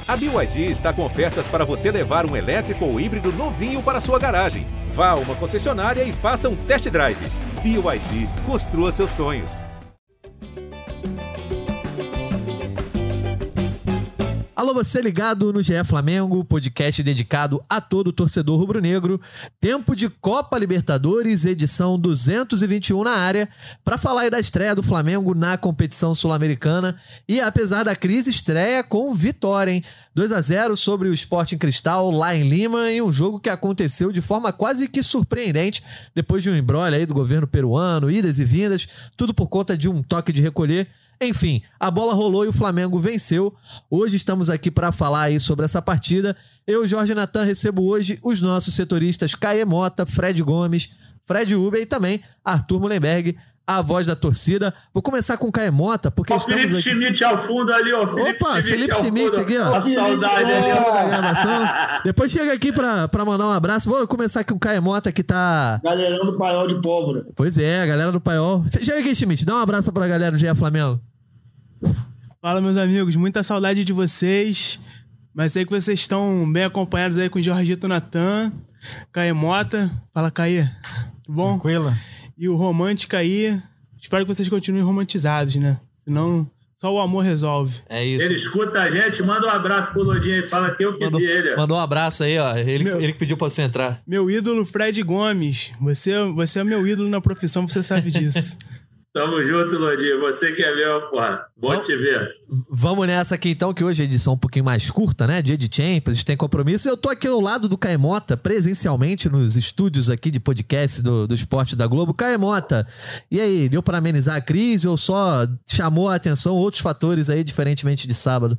A BYD está com ofertas para você levar um elétrico ou híbrido novinho para sua garagem. Vá a uma concessionária e faça um test drive. BYD, construa seus sonhos. Alô, você ligado no GE Flamengo, podcast dedicado a todo torcedor rubro-negro. Tempo de Copa Libertadores, edição 221 na área, para falar aí da estreia do Flamengo na competição sul-americana. E apesar da crise, estreia com vitória, hein? 2-0 sobre o Sporting Cristal lá em Lima, em um jogo que aconteceu de forma quase que surpreendente, depois de um imbróglio aí do governo peruano, idas e vindas, tudo por conta de um toque de recolher. Enfim, a bola rolou e o Flamengo venceu. Hoje estamos aqui para falar aí sobre essa partida. Eu, Jorge Natan, recebo hoje os nossos setoristas Caê Mota, Fred Gomes, Fred Uber e também Arthur Mullenberg, a voz da torcida. Vou começar com o Caê Mota, porque estamos Felipe aqui... Schmidt ao fundo ali, ó. Felipe Schmidt aqui, ó. A saudade ali, da gravação. Depois chega aqui pra mandar um abraço. Vou começar com o Caê Mota, que tá... Galerão do Paiol de Pólvora. Pois é, a galera do Paiol. Chega aqui, Schmidt. Dá um abraço pra galera do GE Flamengo. Fala, meus amigos. Muita saudade de vocês. Mas sei que vocês estão bem acompanhados aí com o Jorgito Natan, Caê Mota. Fala, Caê. Tudo bom? Tranquilo. E o Romântica aí. Espero que vocês continuem romantizados, né? Senão, só o amor resolve. É isso. Ele escuta a gente, manda um abraço pro Lodinho aí, fala que eu pedi ele. Mandou um abraço aí, ó. Ele que pediu pra você entrar. Meu ídolo, Fred Gomes. Você é meu ídolo na profissão, você sabe disso. Tamo junto, Lodinho. Você que é meu, porra. Bom te ver. Vamos nessa aqui, então, que hoje a edição é um pouquinho mais curta, né? Dia de Champions, a gente tem compromisso. Eu tô aqui ao lado do Caê Mota, presencialmente nos estúdios aqui de podcast do Esporte da Globo. Caê Mota, e aí, deu para amenizar a crise ou só chamou a atenção outros fatores aí, diferentemente de sábado?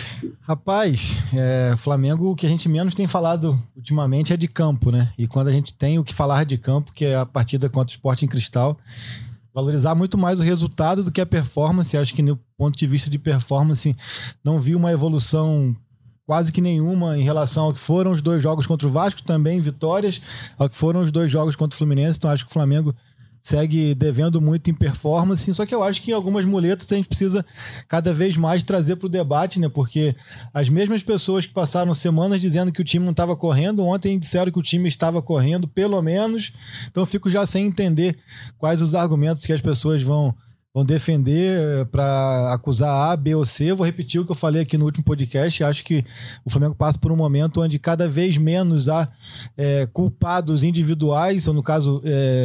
Rapaz, Flamengo, o que a gente menos tem falado ultimamente é de campo, né? E quando a gente tem o que falar de campo, que é a partida contra o Sporting Cristal, valorizar muito mais o resultado do que a performance. Acho que no ponto de vista de performance não vi uma evolução quase que nenhuma em relação ao que foram os dois jogos contra o Vasco, também vitórias, ao que foram os dois jogos contra o Fluminense. Então acho que o Flamengo segue devendo muito em performance, só que eu acho que algumas muletas a gente precisa cada vez mais trazer para o debate, né? Porque as mesmas pessoas que passaram semanas dizendo que o time não estava correndo, ontem disseram que o time estava correndo, pelo menos. Então eu fico já sem entender quais os argumentos que as pessoas vão defender para acusar A, B ou C. Eu vou repetir o que eu falei aqui no último podcast. Acho que o Flamengo passa por um momento onde cada vez menos há culpados individuais, ou no caso...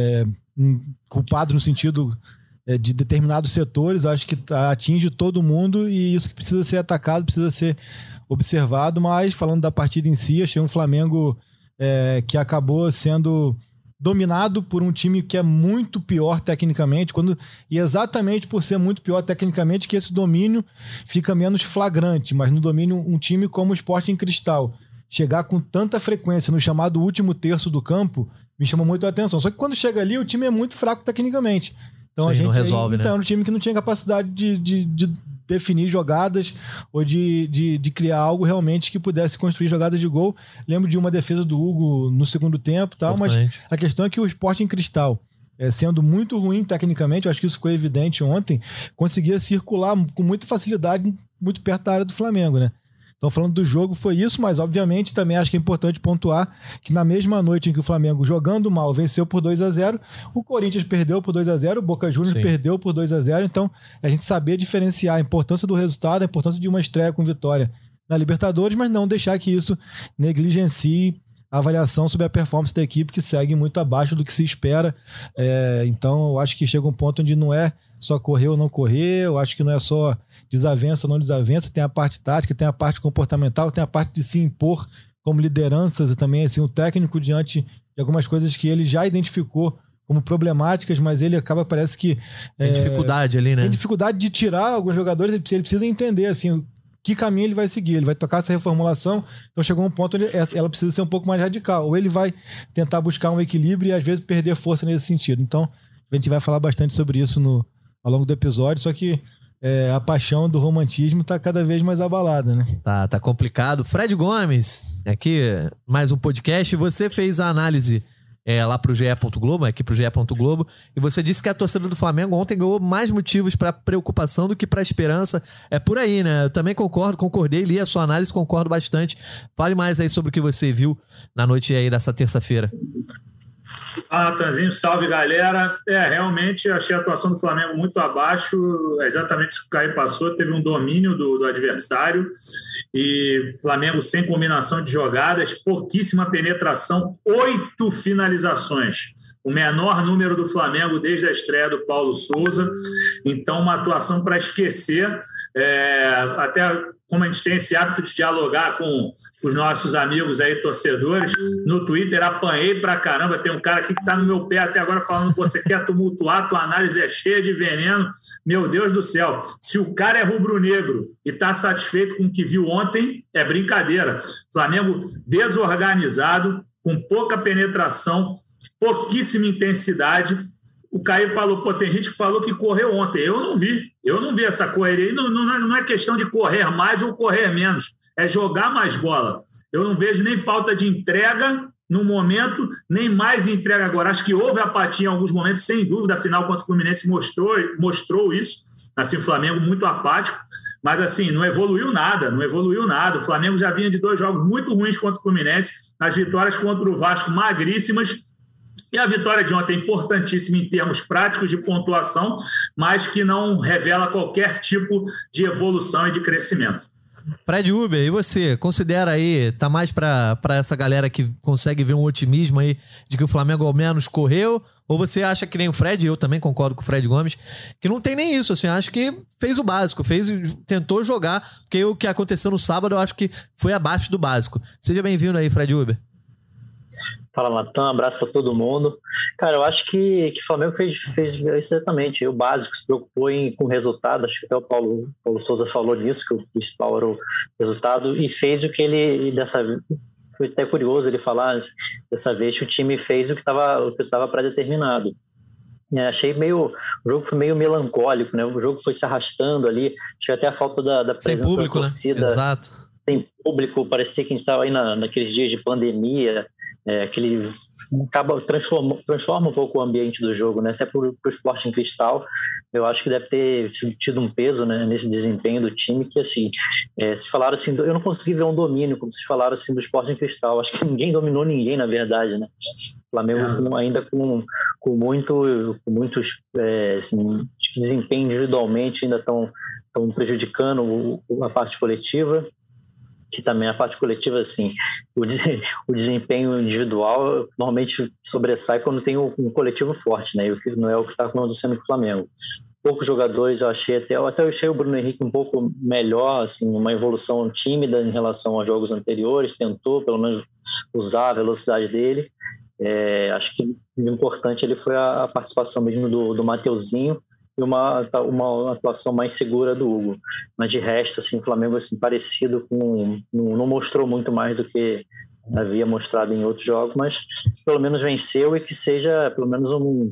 culpados no sentido de determinados setores. Acho que atinge todo mundo e isso que precisa ser atacado, precisa ser observado. Mas falando da partida em si, achei um Flamengo que acabou sendo dominado por um time que é muito pior tecnicamente, e exatamente por ser muito pior tecnicamente que esse domínio fica menos flagrante. Mas no domínio, um time como o Sporting Cristal chegar com tanta frequência no chamado último terço do campo me chamou muito a atenção. Só que quando chega ali, o time é muito fraco tecnicamente. Então a gente não resolve, então, né? É um time que não tinha capacidade de definir jogadas ou de criar algo realmente que pudesse construir jogadas de gol. Lembro de uma defesa do Hugo no segundo tempo, tal, mas a questão é que o Sporting Cristal, sendo muito ruim tecnicamente, eu acho que isso ficou evidente ontem, conseguia circular com muita facilidade muito perto da área do Flamengo, né? Então, falando do jogo, foi isso, mas obviamente também acho que é importante pontuar que na mesma noite em que o Flamengo, jogando mal, venceu por 2-0, o Corinthians perdeu por 2-0, o Boca Juniors perdeu por 2-0. Então, a gente saber diferenciar a importância do resultado, a importância de uma estreia com vitória na Libertadores, mas não deixar que isso negligencie a avaliação sobre a performance da equipe, que segue muito abaixo do que se espera. Então, eu acho que chega um ponto onde não é só correr ou não correr, eu acho que não é só desavença ou não desavença, tem a parte tática, tem a parte comportamental, tem a parte de se impor como lideranças e também assim, o técnico diante de algumas coisas que ele já identificou como problemáticas, mas ele acaba, parece que... Tem dificuldade ali, né? Tem dificuldade de tirar alguns jogadores, ele precisa entender, assim, que caminho ele vai seguir. Ele vai tocar essa reformulação, então chegou um ponto onde ela precisa ser um pouco mais radical, ou ele vai tentar buscar um equilíbrio e às vezes perder força nesse sentido. Então, a gente vai falar bastante sobre isso ao longo do episódio, só que a paixão do romantismo tá cada vez mais abalada, né? Tá complicado. Fred Gomes, aqui mais um podcast. Você fez a análise lá pro GE. Globo, aqui pro GE. Globo, e você disse que a torcida do Flamengo ontem ganhou mais motivos para preocupação do que para esperança. É por aí, né? Eu também concordei, li a sua análise, concordo bastante. Fale mais aí sobre o que você viu na noite aí dessa terça-feira. Fala, Natanzinho, salve, galera. Realmente achei a atuação do Flamengo muito abaixo, exatamente isso que o Caio passou, teve um domínio do adversário, e Flamengo sem combinação de jogadas, pouquíssima penetração, 8 finalizações, o menor número do Flamengo desde a estreia do Paulo Souza. Então uma atuação para esquecer, até como a gente tem esse hábito de dialogar com os nossos amigos aí, torcedores, no Twitter apanhei pra caramba, tem um cara aqui que tá no meu pé até agora falando que você quer tumultuar, tua análise é cheia de veneno, meu Deus do céu, se o cara é rubro-negro e tá satisfeito com o que viu ontem, é brincadeira. Flamengo desorganizado, com pouca penetração, pouquíssima intensidade. O Caio falou, tem gente que falou que correu ontem. Eu não vi essa correria. Não é questão de correr mais ou correr menos, é jogar mais bola. Eu não vejo nem falta de entrega no momento, nem mais entrega agora. Acho que houve apatia em alguns momentos, sem dúvida, afinal, contra o Fluminense mostrou isso. Assim, o Flamengo muito apático, mas assim, não evoluiu nada. O Flamengo já vinha de 2 jogos muito ruins contra o Fluminense, as vitórias contra o Vasco magríssimas, e a vitória de ontem é importantíssima em termos práticos de pontuação, mas que não revela qualquer tipo de evolução e de crescimento. Fred Uber, e você? Considera aí, tá mais pra essa galera que consegue ver um otimismo aí de que o Flamengo ao menos correu? Ou você acha que nem o Fred, eu também concordo com o Fred Gomes, que não tem nem isso, assim, acho que fez o básico, tentou jogar, porque o que aconteceu no sábado eu acho que foi abaixo do básico. Seja bem-vindo aí, Fred Uber. Fala, Natan, abraço para todo mundo. Cara, eu acho que o Flamengo fez exatamente o básico, se preocupou com o resultado. Acho que até o Paulo Souza falou nisso, que o principal era o resultado, e fez o que ele, foi até curioso ele falar, dessa vez o time fez o que estava pré-determinado. Achei o jogo foi meio melancólico, né? O jogo foi se arrastando ali, acho que até a falta da presença sem público, da torcida. Né? Exato. Sem público, parecia que a gente estava aí naqueles dias de pandemia, que ele transforma um pouco o ambiente do jogo, né? Até para o Sporting Cristal, eu acho que deve ter tido um peso, né, nesse desempenho do time, que assim, se falaram assim, eu não consegui ver um domínio, como vocês falaram assim, do Sporting Cristal, acho que ninguém dominou ninguém, na verdade, né? O Flamengo ainda com muitos assim, desempenho individualmente ainda estão prejudicando a parte coletiva, que também a parte coletiva, assim, o desempenho individual normalmente sobressai quando tem um coletivo forte, né? E o que não é o que está acontecendo com o Flamengo. Poucos jogadores, eu achei o Bruno Henrique um pouco melhor, assim, uma evolução tímida em relação aos jogos anteriores, tentou pelo menos usar a velocidade dele. Acho que o importante ali foi a participação mesmo do Mateuzinho, e uma atuação mais segura do Hugo. Mas de resto, assim, o Flamengo assim, parecido com... Não mostrou muito mais do que havia mostrado em outros jogos, mas pelo menos venceu, e que seja pelo menos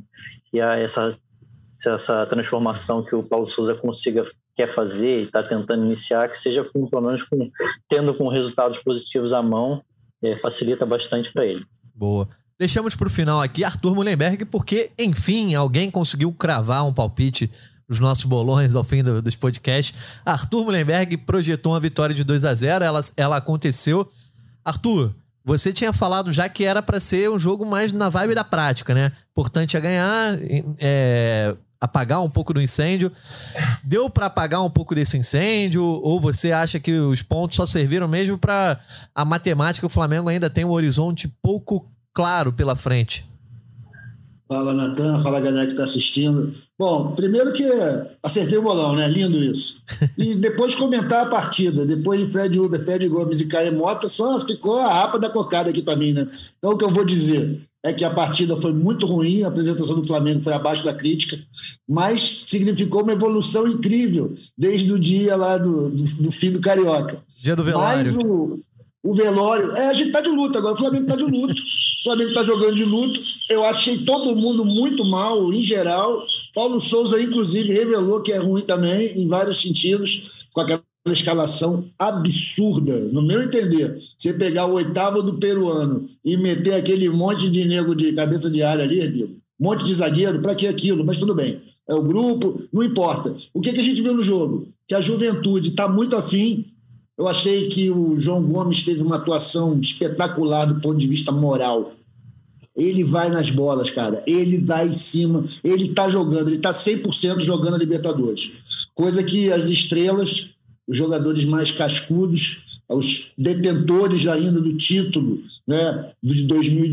essa transformação que o Paulo Souza quer fazer e está tentando iniciar, que seja pelo menos tendo resultados positivos à mão, facilita bastante para ele. Boa. Deixamos para o final aqui Arthur Mullenberg, porque, enfim, alguém conseguiu cravar um palpite nos nossos bolões ao fim dos podcasts. Arthur Mullenberg projetou uma vitória de 2-0, ela aconteceu. Arthur, você tinha falado já que era para ser um jogo mais na vibe da prática, né? Importante é ganhar, apagar um pouco do incêndio. Deu para apagar um pouco desse incêndio? Ou você acha que os pontos só serviram mesmo para a matemática? O Flamengo ainda tem um horizonte pouco claro pela frente. Fala, Natan, fala, galera que está assistindo. Bom, primeiro que acertei o bolão, né? Lindo isso. E depois comentar a partida. Depois de Fred Uber, Fred Gomes e Caio Mota, só ficou a rapa da cocada aqui para mim, né? Então o que eu vou dizer é que a partida foi muito ruim, a apresentação do Flamengo foi abaixo da crítica, mas significou uma evolução incrível desde o dia lá do fim do Carioca. Dia do velório. Mas o velório... a gente tá de luto agora, o Flamengo tá de luto. O Flamengo tá jogando de luto. Eu achei todo mundo muito mal, em geral. Paulo Souza, inclusive, revelou que é ruim também, em vários sentidos, com aquela escalação absurda, no meu entender. Você pegar o 8º do peruano e meter aquele monte de nego de cabeça de área ali, amigo, um monte de zagueiro, para que aquilo? Mas tudo bem. É o grupo, não importa. O que a gente viu no jogo? Que a Juventude está muito afim. Eu achei que o João Gomes teve uma atuação espetacular do ponto de vista moral. Ele vai nas bolas, cara. Ele vai em cima. Ele está jogando. Ele está 100% jogando a Libertadores. Coisa que as estrelas, os jogadores mais cascudos, os detentores ainda do título, né, de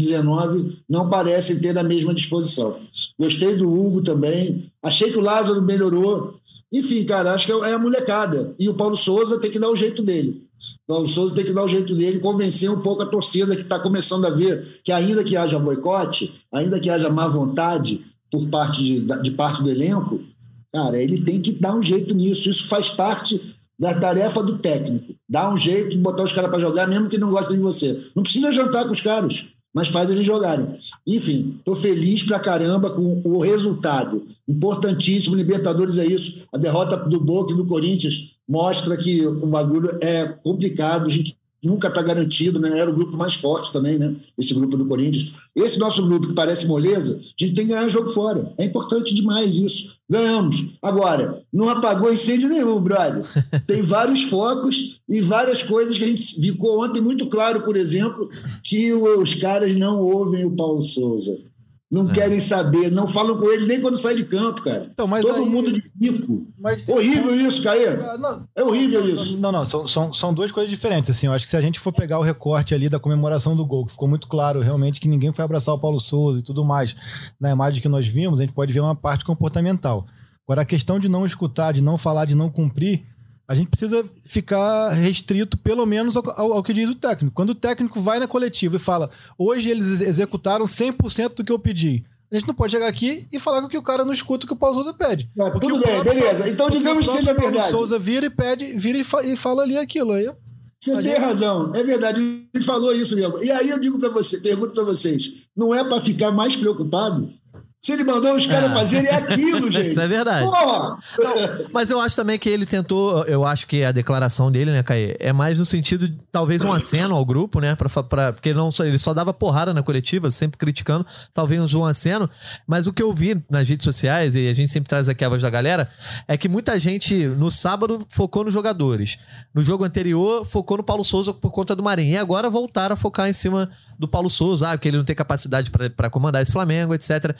2019, não parecem ter a mesma disposição. Gostei do Hugo também. Achei que o Lázaro melhorou. Enfim, cara, acho que é a molecada. E o Paulo Souza tem que dar o jeito dele. O Paulo Souza tem que dar o jeito dele, convencer um pouco a torcida que está começando a ver que, ainda que haja boicote, ainda que haja má vontade por parte de parte do elenco, cara, ele tem que dar um jeito nisso. Isso faz parte da tarefa do técnico. Dar um jeito de botar os caras para jogar, mesmo que não gostem de você. Não precisa jantar com os caras, mas faz eles jogarem. Enfim, estou feliz pra caramba com o resultado. Importantíssimo, Libertadores é isso. A derrota do Boca e do Corinthians mostra que o bagulho é complicado, a gente nunca está garantido, né? Era o grupo mais forte também, né? Esse grupo do Corinthians. Esse nosso grupo, que parece moleza, a gente tem que ganhar jogo fora. É importante demais isso. Ganhamos. Agora, não apagou incêndio nenhum, brother. Tem vários focos e várias coisas que a gente ficou ontem muito claro, por exemplo, que os caras não ouvem o Paulo Souza. Não querem saber, não falam com ele nem quando sai de campo, cara. Então, mas todo aí, mundo de bico. Mas, horrível isso, Caê. É horrível isso. Não, são duas coisas diferentes. Assim, eu acho que se a gente for pegar o recorte ali da comemoração do gol, que ficou muito claro realmente que ninguém foi abraçar o Paulo Souza e tudo mais, na imagem que nós vimos, a gente pode ver uma parte comportamental. Agora, a questão de não escutar, de não falar, de não cumprir, a gente precisa ficar restrito, pelo menos, ao que diz o técnico. Quando o técnico vai na coletiva e fala, hoje eles executaram 100% do que eu pedi, a gente não pode chegar aqui e falar que o cara não escuta o que o Paulo Souza pede. Tudo bem, beleza. Então, digamos que seja verdade. O Paulo Souza vira e fala ali aquilo. Aí, você tem razão, é verdade. Ele falou isso mesmo. E aí eu digo para você, pergunto para vocês, não é para ficar mais preocupado? Se ele mandou os caras fazerem aquilo, gente. Isso é verdade. Não, mas eu acho também que ele tentou, eu acho que a declaração dele, né, Caê, é mais no sentido de talvez um aceno ao grupo, né, porque ele só dava porrada na coletiva, sempre criticando, talvez um aceno, mas o que eu vi nas redes sociais, e a gente sempre traz aqui a voz da galera, é que muita gente no sábado focou nos jogadores. No jogo anterior, focou no Paulo Souza por conta do Marinho. E agora voltaram a focar em cima do Paulo Souza, que ele não tem capacidade para comandar esse Flamengo, etc.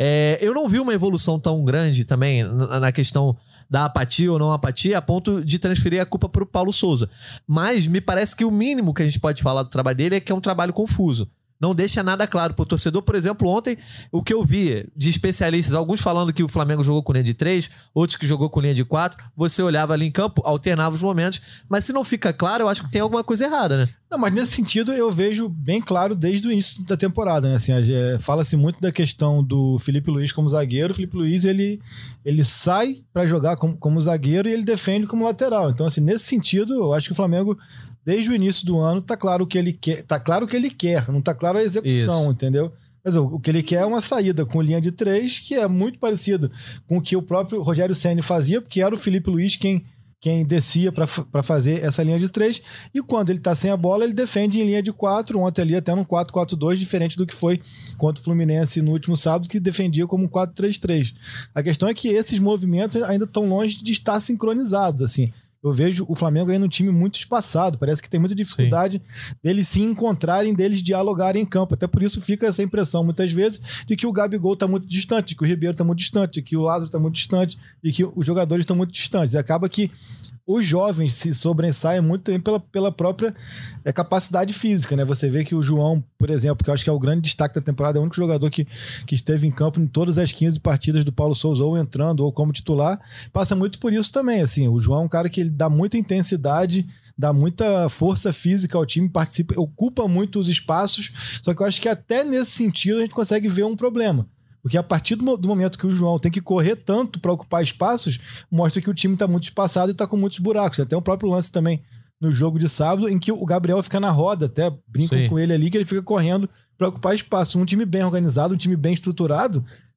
Eu não vi uma evolução tão grande também na questão da apatia ou não apatia, a ponto de transferir a culpa para o Paulo Souza. Mas me parece que o mínimo que a gente pode falar do trabalho dele é que é um trabalho confuso. Não deixa nada claro pro torcedor. Por exemplo, ontem, o que eu vi de especialistas, alguns falando que o Flamengo jogou com linha de 3, outros que jogou com linha de 4, você olhava ali em campo, alternava os momentos, mas se não fica claro, eu acho que tem alguma coisa errada, né? Não, mas nesse sentido eu vejo bem claro desde o início da temporada, né? Assim, fala-se muito da questão do Felipe Luiz como zagueiro. O Felipe Luiz, ele sai para jogar como zagueiro e ele defende como lateral. Então, assim, nesse sentido, eu acho que o Flamengo, desde o início do ano, tá claro o que ele quer, não tá claro a execução, isso. Entendeu? Mas o que ele quer é uma saída com linha de 3, que é muito parecido com o que o próprio Rogério Ceni fazia, porque era o Felipe Luiz quem descia para fazer essa linha de 3, e quando ele tá sem a bola, ele defende em linha de 4, ontem ali até no 4-4-2, diferente do que foi contra o Fluminense no último sábado, que defendia como um 4-3-3. A questão é que esses movimentos ainda estão longe de estar sincronizados, assim. Eu vejo o Flamengo aí num time muito espaçado, parece que tem muita dificuldade deles se encontrarem, deles dialogarem em campo, até por isso fica essa impressão muitas vezes de que o Gabigol está muito distante, que o Ribeiro está muito distante, que o Lázaro está muito distante e que os jogadores estão muito distantes, e acaba que os jovens se sobressaem muito também pela própria capacidade física, né? Você vê que o João, por exemplo, que eu acho que é o grande destaque da temporada, é o único jogador que esteve em campo em todas as 15 partidas do Paulo Souza, ou entrando, ou como titular, passa muito por isso também, assim. O João é um cara que ele dá muita intensidade, dá muita força física ao time, participa, ocupa muito os espaços, só que eu acho que até nesse sentido a gente consegue ver um problema. Porque a partir do momento que o João tem que correr tanto para ocupar espaços, mostra que o time está muito espaçado e está com muitos buracos. Até o próprio lance também no jogo de sábado, em que o Gabriel fica na roda, até brincam com ele ali, que ele fica correndo para ocupar espaço. Um time bem organizado, um time bem estruturado,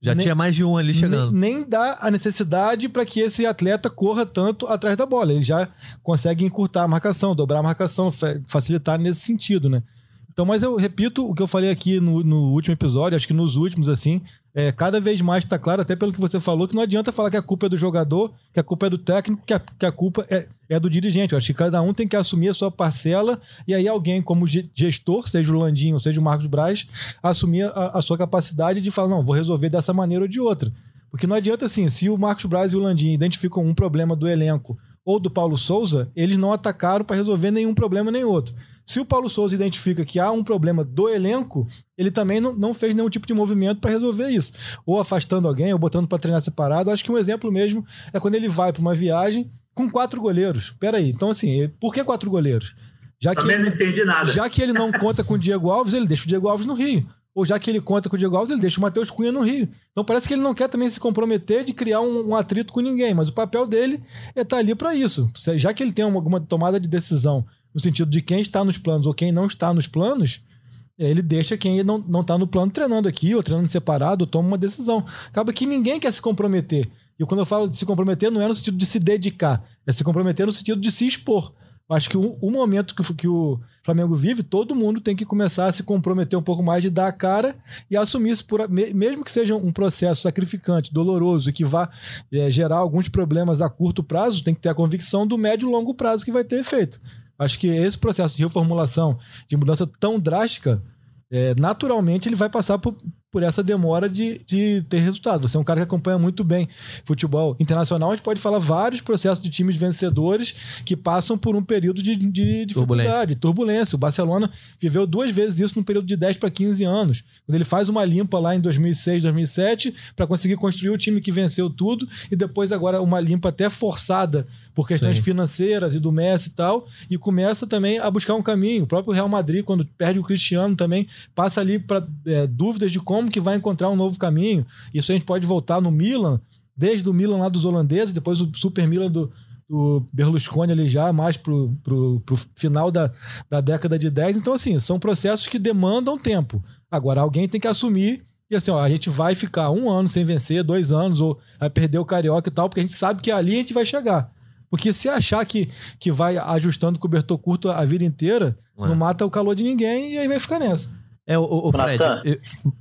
Já tinha mais de um ali chegando. Nem dá a necessidade para que esse atleta corra tanto atrás da bola. Ele já consegue encurtar a marcação, dobrar a marcação, facilitar nesse sentido, né? Então, mas eu repito o que eu falei aqui no último episódio, acho que nos últimos, assim, cada vez mais está claro, até pelo que você falou, que não adianta falar que a culpa é do jogador, que a culpa é do técnico, que a culpa é do dirigente. Eu acho que cada um tem que assumir a sua parcela e aí alguém como gestor, seja o Landinho, seja o Marcos Braz, assumir a sua capacidade de falar, não, vou resolver dessa maneira ou de outra. Porque não adianta assim, se o Marcos Braz e o Landinho identificam um problema do elenco ou do Paulo Souza, eles não atacaram para resolver nenhum problema nem outro. Se o Paulo Souza identifica que há um problema do elenco, ele também não fez nenhum tipo de movimento para resolver isso. Ou afastando alguém, ou botando para treinar separado. Acho que um exemplo mesmo é quando ele vai para uma viagem com 4 goleiros. Peraí, então assim, por que 4 goleiros? Também não entendi nada. Já que ele não conta com o Diego Alves, ele deixa o Diego Alves no Rio. Ou já que ele conta com o Diego Alves, ele deixa o Matheus Cunha no Rio. Então parece que ele não quer também se comprometer de criar um atrito com ninguém, mas o papel dele é estar ali para isso. Já que ele tem alguma tomada de decisão no sentido de quem está nos planos ou quem não está nos planos, ele deixa quem não está no plano treinando aqui ou treinando separado ou toma uma decisão. Acaba que ninguém quer se comprometer. E quando eu falo de se comprometer, não é no sentido de se dedicar, é se comprometer no sentido de se expor. Acho que o momento que o Flamengo vive, todo mundo tem que começar a se comprometer um pouco mais, de dar a cara e assumir isso, mesmo que seja um processo sacrificante, doloroso e que vá gerar alguns problemas a curto prazo, tem que ter a convicção do médio e longo prazo que vai ter efeito. Acho que esse processo de reformulação, de mudança tão drástica, naturalmente ele vai passar por essa demora de ter resultado. Você é um cara que acompanha muito bem futebol internacional, a gente pode falar vários processos de times vencedores que passam por um período de dificuldade, turbulência. O Barcelona viveu 2 vezes isso num período de 10 para 15 anos, quando ele faz uma limpa lá em 2006, 2007, para conseguir construir o time que venceu tudo, e depois agora uma limpa até forçada por questões financeiras e do Messi e tal, e começa também a buscar um caminho. O próprio Real Madrid, quando perde o Cristiano, também passa ali para dúvidas de como que vai encontrar um novo caminho. Isso a gente pode voltar no Milan, desde o Milan lá dos holandeses, depois o Super Milan do Berlusconi ali já, mais pro final da década de 10. Então, assim, são processos que demandam tempo. Agora, alguém tem que assumir e assim, a gente vai ficar 1 ano sem vencer, 2 anos, ou vai perder o Carioca e tal, porque a gente sabe que ali a gente vai chegar. Porque se achar que vai ajustando o cobertor curto a vida inteira, não mata o calor de ninguém e aí vai ficar nessa. O Fred...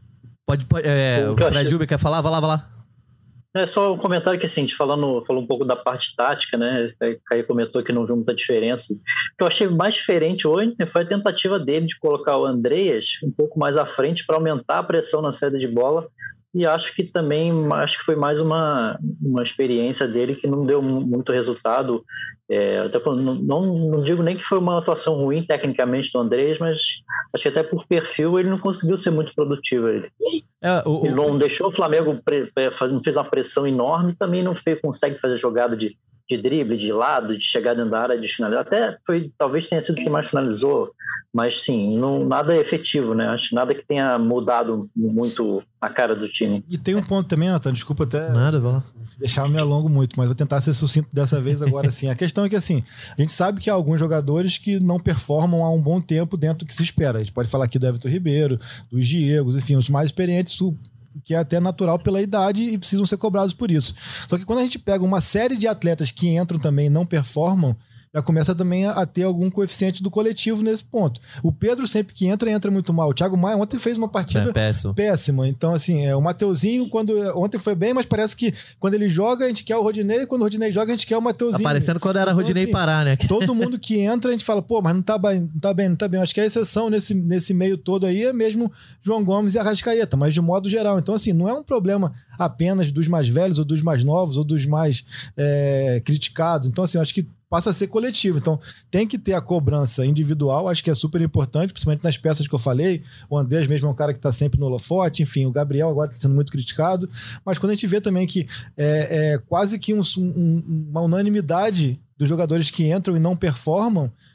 o Fred Uber quer falar? Vai lá. É só um comentário que, assim, falou um pouco da parte tática, né? O Caio comentou que não viu muita diferença. O que eu achei mais diferente hoje foi a tentativa dele de colocar o Andreas um pouco mais à frente para aumentar a pressão na saída de bola. E acho que foi mais uma experiência dele que não deu muito resultado. Até não digo nem que foi uma atuação ruim tecnicamente do Andrés, mas acho que até por perfil ele não conseguiu ser muito produtivo. Ele não deixou o Flamengo, não fez uma pressão enorme, também não consegue fazer jogada de drible, de lado, de chegar dentro da área, de finalizar. Até talvez tenha sido quem mais finalizou, mas sim, nada efetivo, né? Acho nada que tenha mudado muito a cara do time. E tem um ponto também, Nathan, desculpa até vai lá. Deixar eu me alongo muito, mas vou tentar ser sucinto dessa vez agora sim. A questão é que assim, a gente sabe que há alguns jogadores que não performam há um bom tempo dentro do que se espera. A gente pode falar aqui do Everton Ribeiro, dos Diegos, enfim, os mais experientes, que é até natural pela idade e precisam ser cobrados por isso. Só que quando a gente pega uma série de atletas que entram também e não performam, já começa também a ter algum coeficiente do coletivo nesse ponto. O Pedro sempre que entra muito mal. O Thiago Maia ontem fez uma partida péssima. Então, assim, o Mateuzinho, ontem foi bem, mas parece que quando ele joga, a gente quer o Rodinei, quando o Rodinei joga, a gente quer o Mateuzinho. Tá parecendo quando era Rodinei assim, parar, né? Todo mundo que entra, a gente fala, mas não tá bem. Acho que a exceção nesse meio todo aí é mesmo João Gomes e Arrascaeta, mas de modo geral. Então, assim, não é um problema apenas dos mais velhos, ou dos mais novos, ou dos mais criticados. Então, assim, eu acho que passa a ser coletivo. Então, tem que ter a cobrança individual, acho que é super importante, principalmente nas peças que eu falei. O Andrés mesmo é um cara que está sempre no holofote, enfim, o Gabriel agora está sendo muito criticado, mas quando a gente vê também que é quase que uma unanimidade dos jogadores que entram e não performam,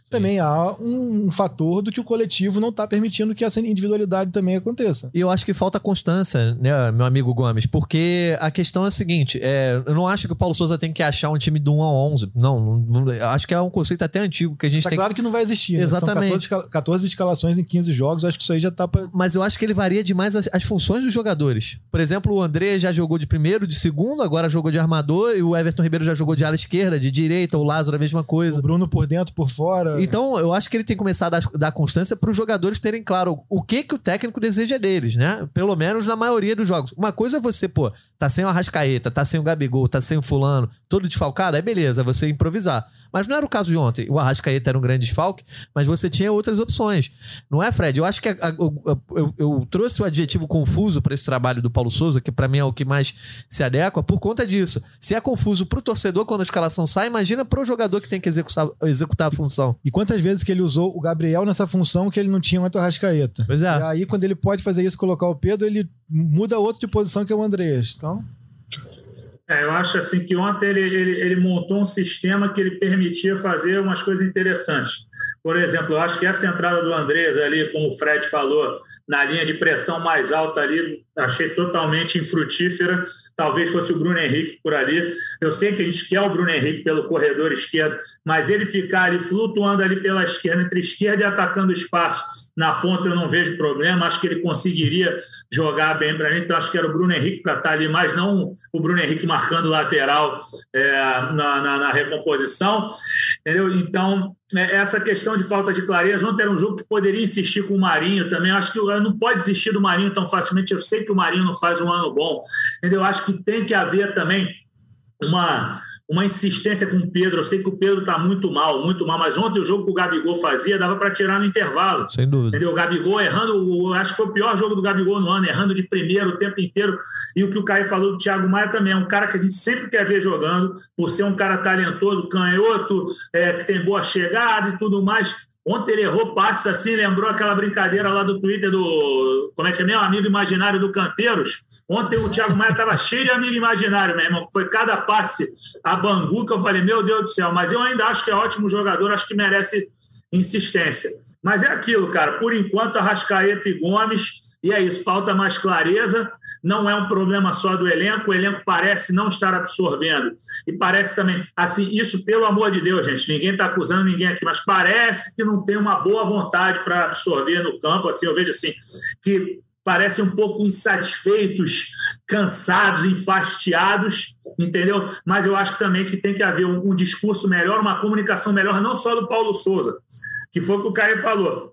também há um fator do que o coletivo não está permitindo que essa individualidade também aconteça. E eu acho que falta constância, né, meu amigo Gomes? Porque a questão é a seguinte, eu não acho que o Paulo Souza tem que achar um time do 1 a 11. Não, acho que é um conceito até antigo que a gente tem claro que não vai existir. Exatamente. São 14 escalações em 15 jogos, acho que isso aí já tá pra... Mas eu acho que ele varia demais as funções dos jogadores. Por exemplo, o André já jogou de primeiro, de segundo, agora jogou de armador, e o Everton Ribeiro já jogou de ala esquerda, de direita, o Lázaro a mesma coisa. O Bruno por dentro, por fora. Então, eu acho que ele tem que começar a dar constância para os jogadores terem claro o que o técnico deseja deles, né? Pelo menos na maioria dos jogos. Uma coisa é você, tá sem o Arrascaeta, tá sem o Gabigol, tá sem o fulano, todo desfalcado, aí beleza, você improvisar. Mas não era o caso de ontem. O Arrascaeta era um grande desfalque, mas você tinha outras opções. Não é, Fred? Eu acho que eu trouxe o adjetivo confuso para esse trabalho do Paulo Souza, que para mim é o que mais se adequa, por conta disso. Se é confuso pro torcedor quando a escalação sai, imagina pro jogador que tem que executar a função. E quantas vezes que ele usou o Gabriel nessa função que ele não tinha antes o Arrascaeta? Pois é. E aí, quando ele pode fazer isso, colocar o Pedro, ele muda outro de posição que é o Andreas. Então... eu acho assim que ontem ele montou um sistema que ele permitia fazer umas coisas interessantes. Por exemplo, eu acho que essa entrada do Andrés ali, como o Fred falou, na linha de pressão mais alta ali, achei totalmente infrutífera. Talvez fosse o Bruno Henrique por ali. Eu sei que a gente quer o Bruno Henrique pelo corredor esquerdo, mas ele ficar ali flutuando ali pela esquerda, entre esquerda e atacando o espaço na ponta, eu não vejo problema. Acho que ele conseguiria jogar bem para mim. Então, acho que era o Bruno Henrique para estar ali, mas não o Bruno Henrique marcando lateral na recomposição. Entendeu? Então, essa questão de falta de clareza. Ontem era um jogo que poderia insistir com o Marinho também. Acho que não pode desistir do Marinho tão facilmente. Eu sei que o Marinho não faz um ano bom. Entendeu? Acho que tem que haver também uma insistência com o Pedro. Eu sei que o Pedro está muito mal, mas ontem o jogo que o Gabigol fazia dava para tirar no intervalo. Sem dúvida. Entendeu? O Gabigol errando, acho que foi o pior jogo do Gabigol no ano, errando de primeiro o tempo inteiro. E o que o Caio falou do Thiago Maia também, é um cara que a gente sempre quer ver jogando, por ser um cara talentoso, canhoto, que tem boa chegada e tudo mais. Ontem ele errou passe assim, lembrou aquela brincadeira lá do Twitter do... Como é que é meu amigo imaginário do Canteiros? Ontem o Thiago Maia estava cheio de amigo imaginário, meu irmão. Foi cada passe a bangu que eu falei, meu Deus do céu. Mas eu ainda acho que é ótimo jogador, acho que merece insistência. Mas é aquilo, cara. Por enquanto, Arrascaeta e Gomes, e é isso, falta mais clareza. Não é um problema só do elenco, o elenco parece não estar absorvendo. E parece também, assim, isso pelo amor de Deus, gente, ninguém está acusando ninguém aqui, mas parece que não tem uma boa vontade para absorver no campo, assim, eu vejo assim, que parecem um pouco insatisfeitos, cansados, enfastiados, entendeu? Mas eu acho também que tem que haver um discurso melhor, uma comunicação melhor, não só do Paulo Souza, que foi o que o Caio falou.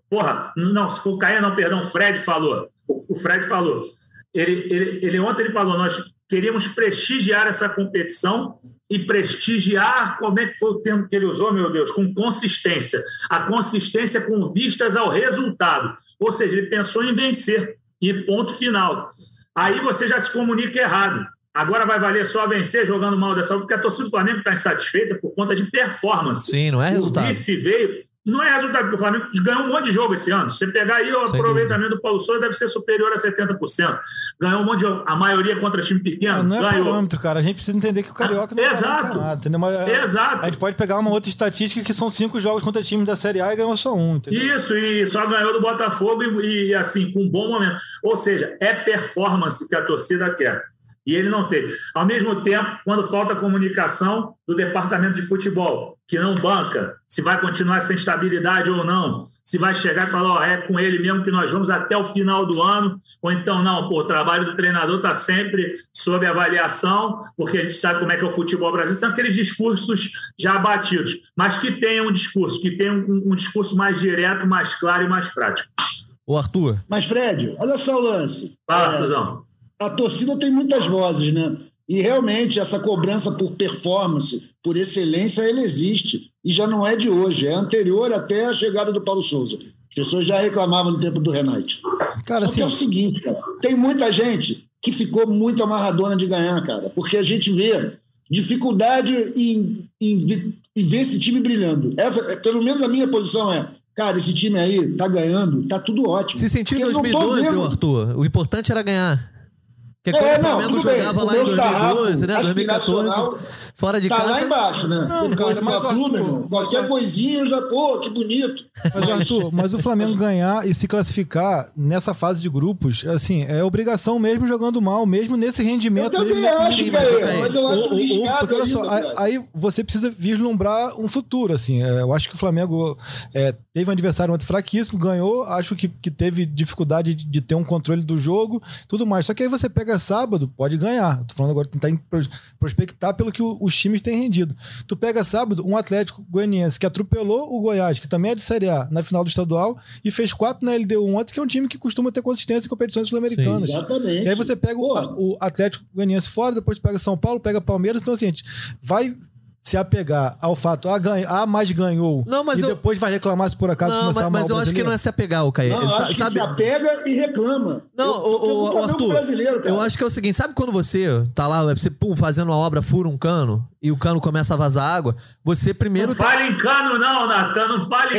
Se for o Caio, não, perdão, o Fred falou. O Fred falou. Ontem ele falou, nós queríamos prestigiar essa competição e prestigiar, como é que foi o termo que ele usou, meu Deus? Com consistência. A consistência com vistas ao resultado. Ou seja, ele pensou em vencer e ponto final. Aí você já se comunica errado. Agora vai valer só vencer jogando mal dessa, porque a torcida do Flamengo está insatisfeita por conta de performance. Sim, não é resultado. O vice veio... Não é resultado, porque o Flamengo ganhou um monte de jogo esse ano. Se você pegar aí, o aproveitamento do Paulo Souza deve ser superior a 70%. Ganhou um monte de jogo. A maioria contra time pequeno. Não é ganhou. Parâmetro, cara. A gente precisa entender que o Carioca não Exato. Nada, entendeu? Exato. A gente pode pegar uma outra estatística que são 5 jogos contra time da Série A e ganhou só um. Entendeu? Isso, e só ganhou do Botafogo e assim, com um bom momento. Ou seja, é performance que a torcida quer. E ele não teve. Ao mesmo tempo, quando falta comunicação do departamento de futebol, que não banca, se vai continuar essa instabilidade ou não, se vai chegar e falar, é com ele mesmo que nós vamos até o final do ano, ou então não, o trabalho do treinador está sempre sob avaliação, porque a gente sabe como é que é o futebol brasileiro, são aqueles discursos já batidos, mas que tenham um discurso, que tenham um discurso mais direto, mais claro e mais prático. Ô Arthur. Mas Fred, olha só o lance. Fala, Tuzão. A torcida tem muitas vozes, né? E realmente essa cobrança por performance, por excelência, ela existe. E já não é de hoje, é anterior até a chegada do Paulo Souza. As pessoas já reclamavam no tempo do Renate. Cara, Só que é o seguinte, cara, tem muita gente que ficou muito amarradona de ganhar, cara, porque a gente vê dificuldade em ver esse time brilhando. Essa, pelo menos a minha posição é, cara, esse time aí tá ganhando, tá tudo ótimo. Se sentiu em 2012, Arthur, o importante era ganhar. Porque quando o Flamengo jogava lá em 2012, né, 2014... Fora de Tá casa... lá embaixo, né? Não, Depois cara, do mas Fla-Flu, meu irmão, qualquer coisinha eu já, pô, que bonito. Mas, Arthur, mas o Flamengo ganhar e se classificar nessa fase de grupos, assim, é obrigação mesmo jogando mal, mesmo nesse rendimento. Eu também mesmo nesse acho, rendimento. cara, mas eu acho arriscado Porque olha só, ainda, aí você precisa vislumbrar um futuro, assim. Eu acho que o Flamengo teve um adversário muito fraquíssimo, ganhou, acho que teve dificuldade de ter um controle do jogo, tudo mais. Só que aí você pega sábado, pode ganhar. Tô falando agora, tentar prospectar pelo que os times têm rendido. Tu pega sábado, um Atlético Goianiense que atropelou o Goiás, que também é de Série A, na final do estadual, e fez 4 na LDU ontem, que é um time que costuma ter consistência em competições sul-americanas. Exatamente. E aí você pega o Atlético Goianiense fora, depois pega São Paulo, pega Palmeiras, então assim, a gente vai se apegar ao fato, mais ganhou, não, mas depois vai reclamar se por acaso começar a mas eu acho que não é se apegar, Caí. Não, eu acho que se apega e reclama. Não, Arthur, eu acho que é o seguinte, sabe quando você tá lá, você fazendo uma obra, fura um cano, e o cano começa a vazar água, você primeiro... Não fale em cano não, Natan, não fale em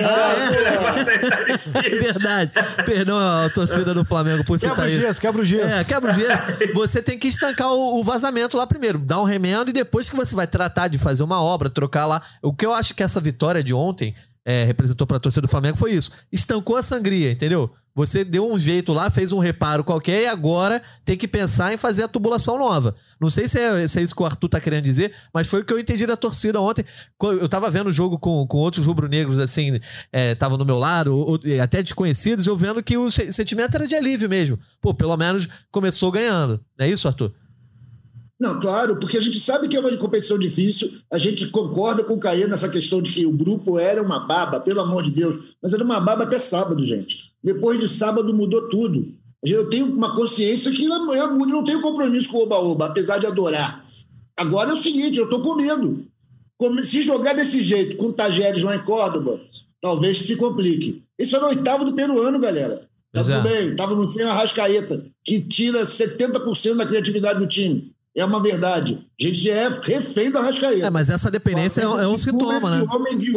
cano. É verdade. Perdão a torcida do Flamengo por citar isso. Quebra o gesso. Quebra o gesso. Você tem que estancar o vazamento lá primeiro, dar um remendo, e depois que você vai tratar de fazer uma obra, trocar lá. O que eu acho que essa vitória de ontem representou para a torcida do Flamengo foi isso. Estancou a sangria, entendeu? Você deu um jeito lá, fez um reparo qualquer e agora tem que pensar em fazer a tubulação nova. Não sei se é isso que o Arthur tá querendo dizer, mas foi o que eu entendi da torcida ontem. Eu tava vendo o jogo com outros rubro-negros, assim, tava no meu lado, até desconhecidos, eu vendo que o sentimento era de alívio mesmo. Pô, pelo menos começou ganhando. Não é isso, Arthur? Não, claro, porque a gente sabe que é uma competição difícil, a gente concorda com o Caê nessa questão de que o grupo era uma baba, pelo amor de Deus, mas era uma baba até sábado, gente. Depois de sábado mudou tudo. Eu tenho uma consciência que amanhã muda, não tenho compromisso com o Oba-Oba, apesar de adorar. Agora é o seguinte, eu tô com medo. Se jogar desse jeito, com o Tajeres lá em Córdoba, talvez se complique. Isso é no 8º do peruano, galera. Tá tudo bem, estávamos sem a Arrascaeta, que tira 70% da criatividade do time. É uma verdade. A gente é refém da Arrascaeta. Mas essa dependência é um sintoma, né?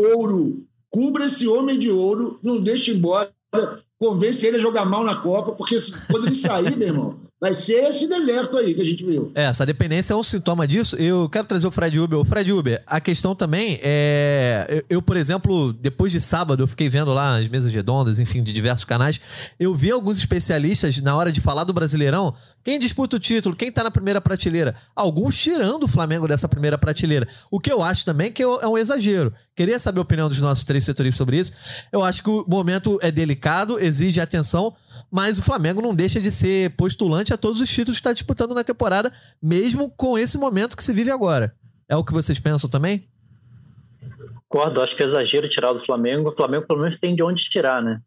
Cubra esse homem de ouro, não deixe embora, convence ele a jogar mal na Copa, porque quando ele sair, meu irmão, vai ser esse deserto aí que a gente viu. Essa dependência é um sintoma disso. Eu quero trazer o Fred Uber. O Fred Uber, a questão também é... Eu, por exemplo, depois de sábado, eu fiquei vendo lá as mesas redondas, enfim, de diversos canais. Eu vi alguns especialistas, na hora de falar do Brasileirão, quem disputa o título, quem tá na primeira prateleira. Alguns tirando o Flamengo dessa primeira prateleira. O que eu acho também que é um exagero. Queria saber a opinião dos nossos 3 setoristas sobre isso. Eu acho que o momento é delicado, exige atenção, mas o Flamengo não deixa de ser postulante a todos os títulos que está disputando na temporada, mesmo com esse momento que se vive agora. É o que vocês pensam também? Concordo, acho que é exagero tirar do Flamengo. O Flamengo pelo menos tem de onde tirar, né?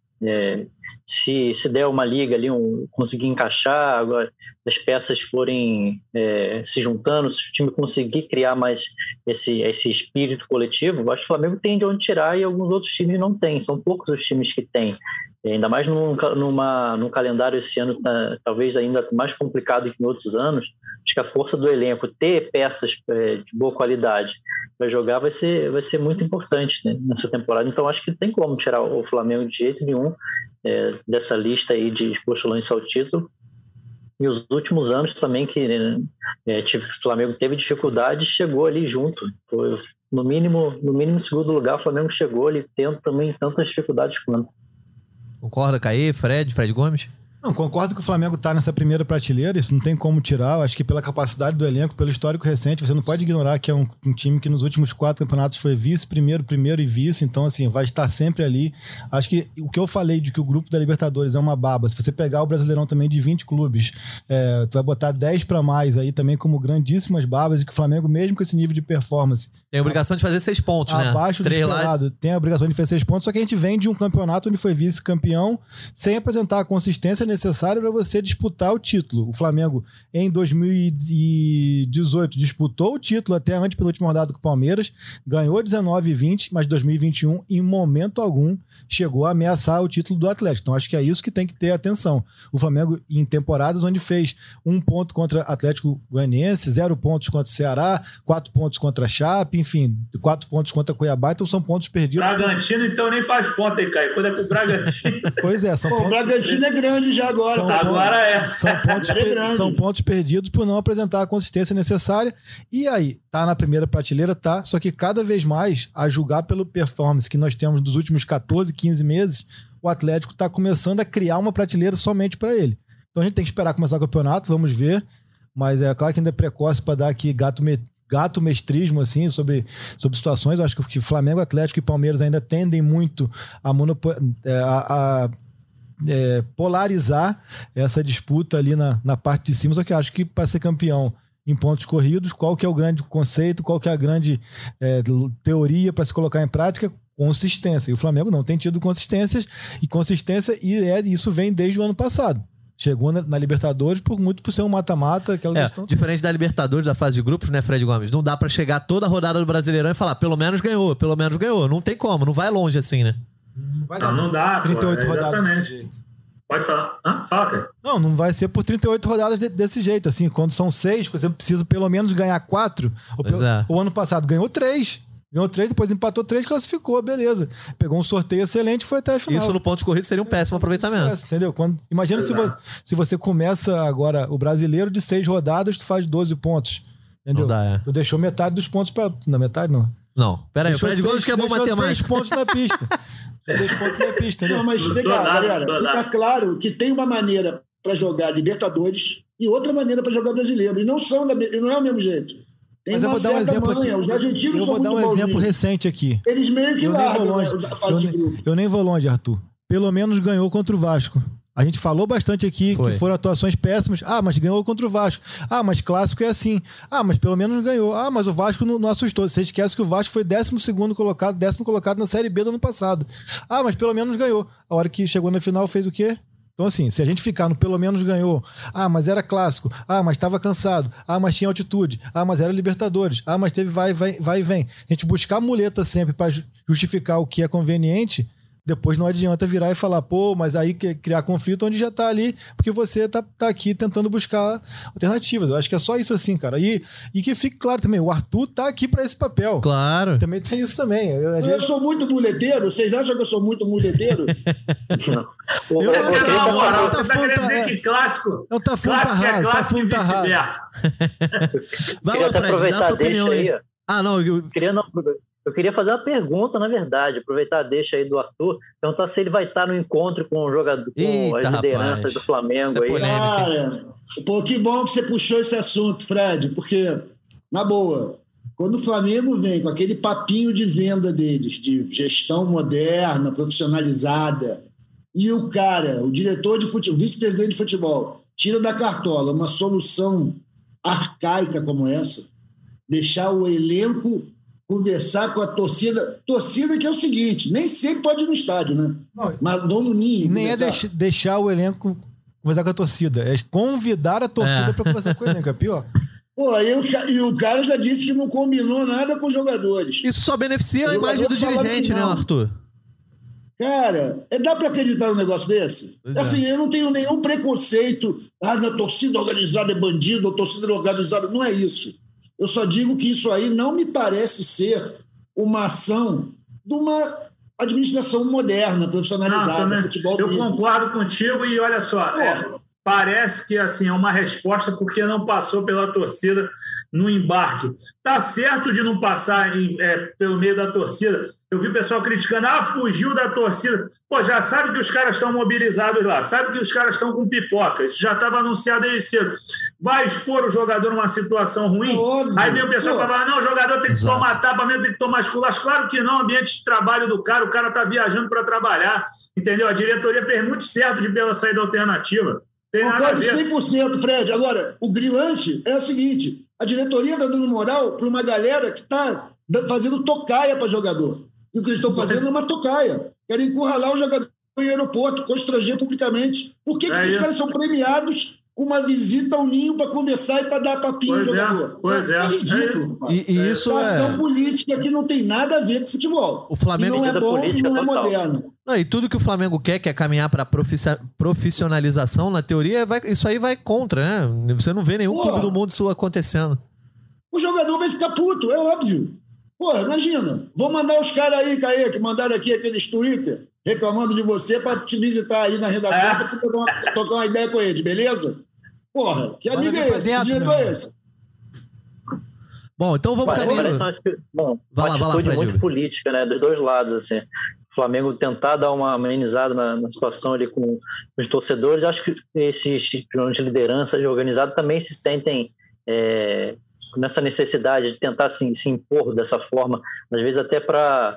Se der uma liga ali, conseguir encaixar, agora as peças forem se juntando, se o time conseguir criar mais esse espírito coletivo, eu acho que o Flamengo tem de onde tirar e alguns outros times não têm. São poucos os times que têm. Ainda mais num calendário esse ano, talvez ainda mais complicado que em outros anos. Acho que a força do elenco, ter peças de boa qualidade para jogar vai ser muito importante, né, nessa temporada. Então acho que tem como tirar o Flamengo de jeito nenhum dessa lista aí de postulantes ao título. E os últimos anos também que o Flamengo teve dificuldade, chegou ali junto. Foi, no mínimo segundo lugar, o Flamengo chegou ali tendo também tantas dificuldades quanto. Concorda, Caí, Fred Gomes? Não, concordo que o Flamengo está nessa primeira prateleira, isso não tem como tirar. Eu acho que pela capacidade do elenco, pelo histórico recente, você não pode ignorar que é um time que nos últimos 4 campeonatos foi vice, primeiro e vice, então assim, vai estar sempre ali. Acho que o que eu falei de que o grupo da Libertadores é uma baba, se você pegar o Brasileirão também de 20 clubes, tu vai botar 10 para mais aí também como grandíssimas babas, e que o Flamengo, mesmo com esse nível de performance... Tem a obrigação de fazer 6 pontos, né? Abaixo do esperado, tem a obrigação de fazer 6 pontos, só que a gente vem de um campeonato onde foi vice-campeão, sem apresentar a consistência necessária para você disputar o título. O Flamengo, em 2018, disputou o título até a antepenúltima rodada com o Palmeiras, ganhou 19 e 20, mas 2021, em momento algum, chegou a ameaçar o título do Atlético. Então, acho que é isso que tem que ter atenção. O Flamengo, em temporadas onde fez 1 ponto contra Atlético Goianiense, 0 pontos contra o Ceará, 4 pontos contra a Chape, enfim, 4 pontos contra Cuiabá, então são pontos perdidos. Bragantino, então, nem faz ponto aí, Caio. Quando é com o Bragantino... Pois é, são pontos... O Bragantino é grande, já agora. São pontos perdidos por não apresentar a consistência necessária. E aí, tá na primeira prateleira, tá. Só que cada vez mais, a julgar pelo performance que nós temos dos últimos 14, 15 meses, o Atlético tá começando a criar uma prateleira somente para ele. Então a gente tem que esperar começar o campeonato, vamos ver. Mas é claro que ainda é precoce para dar aqui gato mestrismo assim, sobre situações. Eu acho que Flamengo, Atlético e Palmeiras ainda tendem muito a polarizar essa disputa ali na parte de cima. Só que eu acho que para ser campeão em pontos corridos, qual que é o grande conceito, qual que é a grande teoria para se colocar em prática? Consistência. E o Flamengo não tem tido consistência, e isso vem desde o ano passado. Chegou na Libertadores por ser um mata-mata. Diferente da Libertadores, da fase de grupos, né, Fred Gomes? Não dá pra chegar toda a rodada do Brasileirão e falar, pelo menos ganhou. Não tem como, não vai longe assim, né? Não dá, 38 rodadas. Exatamente. Pode falar. Fala, cara. Não vai ser por 38 rodadas desse jeito. Assim, quando são 6, você precisa pelo menos ganhar 4. O ano passado ganhou 3. Ganhou 3, depois empatou 3, classificou, beleza. Pegou um sorteio excelente e foi até a final. Isso no ponto de corrida seria um péssimo aproveitamento. Entendeu? Imagina se você começa agora o brasileiro de 6 rodadas, tu faz 12 pontos. Entendeu? Não dá, Tu deixou metade dos pontos pra... Na metade, não. Não, pera aí. O Fred Gomes que é bom matemática. 6 pontos na pista. 6 pontos na pista, entendeu? Não, mas galera, fica claro que tem uma maneira pra jogar Libertadores e outra maneira pra jogar Brasileiro. E não é o mesmo jeito. Mas eu vou dar um exemplo aqui. Os argentinos são muito bons. Eu vou dar um exemplo recente aqui. Eles meio que largam a fase de grupo. Eu nem vou longe, Arthur. Pelo menos ganhou contra o Vasco. A gente falou bastante aqui que foram atuações péssimas. Mas ganhou contra o Vasco. Mas clássico é assim. Mas pelo menos ganhou. Mas o Vasco não assustou. Você esquece que o Vasco foi 12º colocado, 10º colocado na Série B do ano passado. Mas pelo menos ganhou. A hora que chegou na final fez o quê? Então, assim, se a gente ficar no pelo menos ganhou, mas era clássico, mas estava cansado, mas tinha altitude, mas era Libertadores, mas teve vai e vem. A gente buscar muleta sempre para justificar o que é conveniente, depois não adianta virar e falar, mas aí criar conflito onde já tá ali, porque você tá aqui tentando buscar alternativas. Eu acho que é só isso assim, cara. E que fique claro também, o Arthur tá aqui para esse papel. Claro. Também tem isso também. Eu sou muito muleteiro? Vocês acham que eu sou muito muleteiro? Você tá querendo dizer que clássico é clássico e vice-versa. Vai lá, Fred, dá a sua opinião aí. Eu queria fazer uma pergunta, na verdade, aproveitar a deixa aí do Arthur, perguntar se ele vai estar no encontro com o jogador, com as lideranças do Flamengo aí. Cara, que bom que você puxou esse assunto, Fred, porque, na boa, quando o Flamengo vem com aquele papinho de venda deles, de gestão moderna, profissionalizada, e o diretor de futebol, o vice-presidente de futebol, tira da cartola uma solução arcaica como essa, deixar o elenco conversar com a torcida que é o seguinte, nem sempre pode ir no estádio, né? Mas vão no ninho. E nem deixar o elenco conversar com a torcida, é convidar a torcida para conversar com o elenco, é pior. E o cara já disse que não combinou nada com os jogadores. Isso só beneficia a imagem do dirigente, né, Arthur? Cara, dá para acreditar num negócio desse? Assim, eu não tenho nenhum preconceito, na torcida organizada é bandido, a torcida organizada, não é isso. Eu só digo que isso aí não me parece ser uma ação de uma administração moderna, profissionalizada. Eu concordo contigo e olha só, parece que assim, é uma resposta porque não passou pela torcida no embarque. Tá certo de não passar pelo meio da torcida. Eu vi o pessoal criticando, fugiu da torcida. Já sabe que os caras estão mobilizados lá, sabe que os caras estão com pipoca. Isso já estava anunciado desde cedo. Vai expor o jogador numa situação ruim? Aí vem o pessoal falar, não, o jogador tem que tomar tapa mesmo, tem que tomar esculacho. Claro que não, ambiente de trabalho do cara, o cara está viajando para trabalhar, entendeu? A diretoria fez muito certo pela saída alternativa. Concordo 100%, Fred. Agora, o grilante é o seguinte, a diretoria está dando moral para uma galera que está fazendo tocaia para jogador. E o que eles estão fazendo é uma tocaia. Querem encurralar o jogador em aeroporto, constranger publicamente. Por que esses caras são premiados com uma visita ao ninho para conversar e para dar papinho no jogador? É ridículo. E isso é ação política que não tem nada a ver com futebol. O Flamengo não é bom e não é moderno. E tudo que o Flamengo quer, que é caminhar para profissionalização, na teoria, isso aí vai contra, né? Você não vê nenhum clube do mundo isso acontecendo. O jogador vai ficar puto, é óbvio. Imagina, vou mandar os caras aí, Caê, que mandaram aqui aqueles Twitter. reclamando de você para te visitar aí na redação para tocar uma ideia com eles, beleza? Porra, que amigo é esse? Que diretor é esse? Bom, então vamos caminhar. Uma atitude muito política, né? Dos dois lados, assim. O Flamengo tentar dar uma amenizada na situação ali com os torcedores. Acho que esses de liderança organizada também se sentem nessa necessidade de tentar se impor dessa forma, às vezes até para